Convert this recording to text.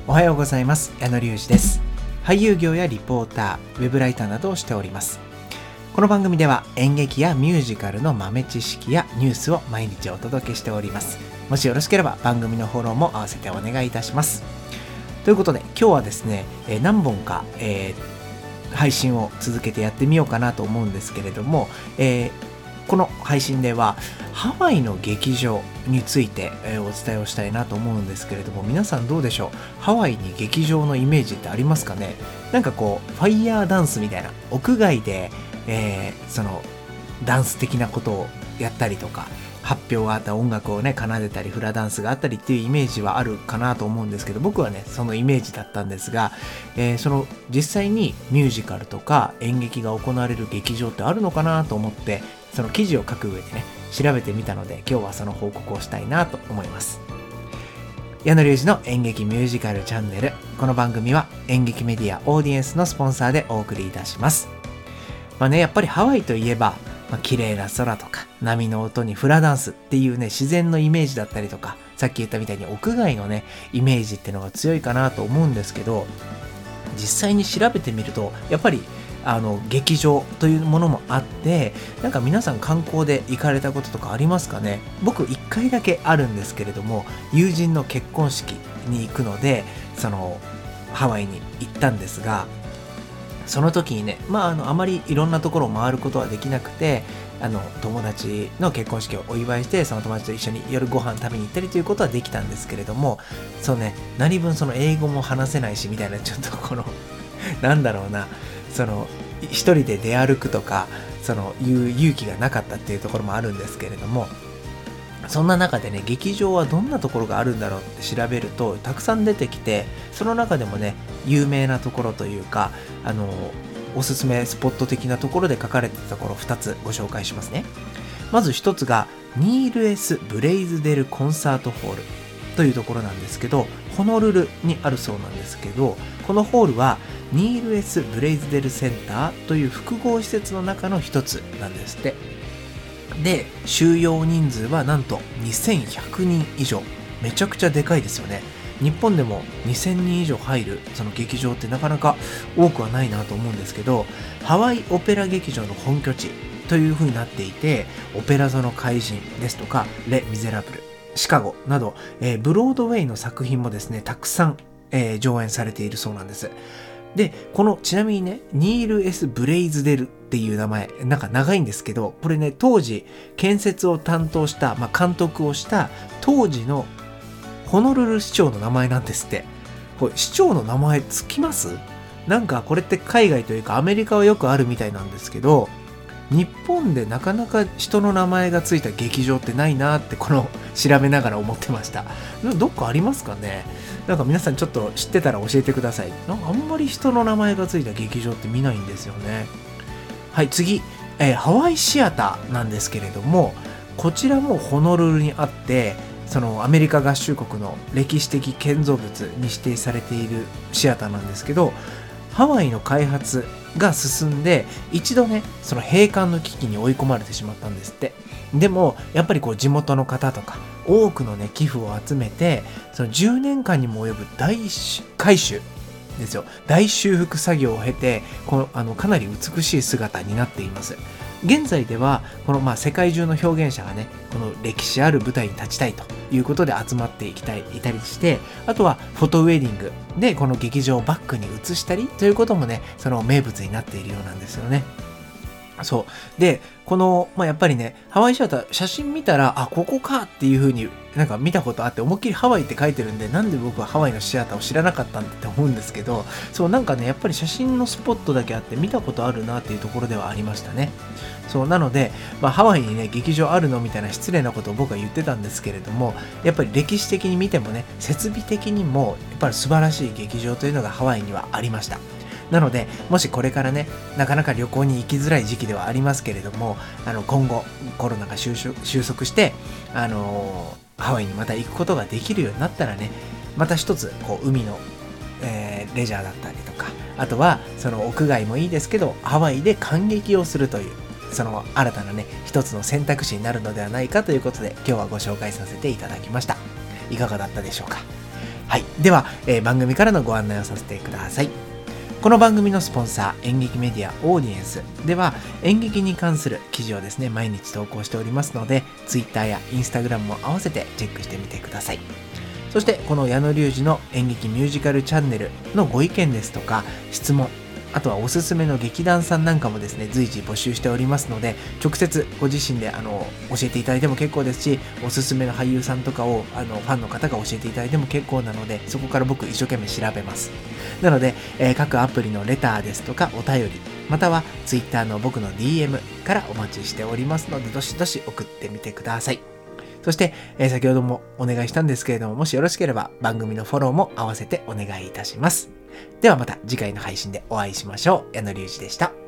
おはようございます。矢野隆二です。俳優業やリポーター、ウェブライターなどをしております。この番組では演劇やミュージカルの豆知識やニュースを毎日お届けしております。もしよろしければ番組のフォローも合わせてお願いいたします。ということで今日はですね、何本か、配信を続けてやってみようかなと思うんですけれども、この配信ではハワイの劇場についてお伝えをしたいなと思うんですけれども、皆さんどうでしょう？ハワイに劇場のイメージってありますかね？なんかこうファイヤーダンスみたいな屋外で、そのダンス的なことをやったりとか、発表があった音楽をね奏でたりフラダンスがあったりっていうイメージはあるかなと思うんですけど、僕はねそのイメージだったんですが、その実際にミュージカルとか演劇が行われる劇場ってあるのかなと思って、その記事を書く上でね調べてみたので、今日はその報告をしたいなと思います。矢野隆二の演劇ミュージカルチャンネル。この番組は演劇メディアオーディエンスのスポンサーでお送りいたします。やっぱりハワイといえば、綺麗な空とか波の音にフラダンスっていうね自然のイメージだったりとか、さっき言ったみたいに屋外のねイメージっていうのが強いかなと思うんですけど、実際に調べてみるとやっぱり劇場というものもあって、なんか皆さん観光で行かれたこととかありますかね？僕1回だけあるんですけれども、友人の結婚式に行くのでそのハワイに行ったんですが、その時にねあまりいろんなところを回ることはできなくて、友達の結婚式をお祝いして、その友達と一緒に夜ご飯食べに行ったりということはできたんですけれども、そうね、何分その英語も話せないしみたいな、ちょっとこのなんだろうな、その一人で出歩くとかいう勇気がなかったっていうところもあるんですけれども、そんな中でね劇場はどんなところがあるんだろうって調べるとたくさん出てきて、その中でもね有名なところというかおすすめスポット的なところで書かれていたところ2つご紹介しますね。まず1つがニール・エス・ブレイズデル・コンサートホールというところなんですけど、ホノルルにあるそうなんですけど、このホールはニール・エス・ブレイズデル・センターという複合施設の中の一つなんですって。で、収容人数はなんと2100人以上。めちゃくちゃでかいですよね。日本でも2000人以上入るその劇場ってなかなか多くはないなと思うんですけど、ハワイオペラ劇場の本拠地という風になっていて、オペラ座の怪人ですとかレ・ミゼラブル、シカゴなど、ブロードウェイの作品もですねたくさん、上演されているそうなんです。で、ちなみにね、ニール・エス・ブレイズデルっていう名前、なんか長いんですけど、これね、当時、建設を担当した、監督をした当時のホノルル市長の名前なんですって。これ、市長の名前つきます？なんかこれって海外というかアメリカはよくあるみたいなんですけど、日本でなかなか人の名前がついた劇場ってないなって調べながら思ってました。どっかありますかね？なんか皆さんちょっと知ってたら教えてください。なんかあんまり人の名前がついた劇場って見ないんですよね。はい、次、ハワイシアターなんですけれども、こちらもホノルルにあって、そのアメリカ合衆国の歴史的建造物に指定されているシアターなんですけど、ハワイの開発が進んで一度ねその閉館の危機に追い込まれてしまったんですって。でもやっぱり地元の方とか多くのね寄付を集めて、その10年間にも及ぶ大改修ですよ、大修復作業を経てかなり美しい姿になっています。現在では世界中の表現者がねこの歴史ある舞台に立ちたいということで集まっていたりして、あとはフォトウェディングでこの劇場をバックに移したりということもねその名物になっているようなんですよね。そうでやっぱりねハワイシアター写真見たらここかっていう風になんか見たことあって、思いっきりハワイって書いてるんで、なんで僕はハワイのシアターを知らなかったんだって思うんですけど、なんかねやっぱり写真のスポットだけあって見たことあるなっていうところではありましたね。なので、ハワイにね劇場あるのみたいな失礼なことを僕は言ってたんですけれども、やっぱり歴史的に見てもね設備的にもやっぱり素晴らしい劇場というのがハワイにはありました。なのでもしこれからねなかなか旅行に行きづらい時期ではありますけれども、今後コロナが収束してハワイにまた行くことができるようになったらね、また一つ海の、レジャーだったりとか、あとはその屋外もいいですけどハワイで観劇をするというその新たなね一つの選択肢になるのではないかということで、今日はご紹介させていただきました。いかがだったでしょうか。 はい。では、番組からのご案内をさせてください。この番組のスポンサー、演劇メディアオーディエンスでは、演劇に関する記事をですね、毎日投稿しておりますので、Twitter や Instagram も合わせてチェックしてみてください。そして、この矢野隆二の演劇ミュージカルチャンネルのご意見ですとか、質問、あとはおすすめの劇団さんなんかもですね、随時募集しておりますので、直接ご自身で教えていただいても結構ですし、おすすめの俳優さんとかをファンの方が教えていただいても結構なので、そこから僕一生懸命調べます。なので、各アプリのレターですとかお便り、または Twitter の僕の DM からお待ちしておりますので、どしどし送ってみてください。そして、先ほどもお願いしたんですけれども、もしよろしければ番組のフォローも合わせてお願いいたします。ではまた次回の配信でお会いしましょう。矢野隆二でした。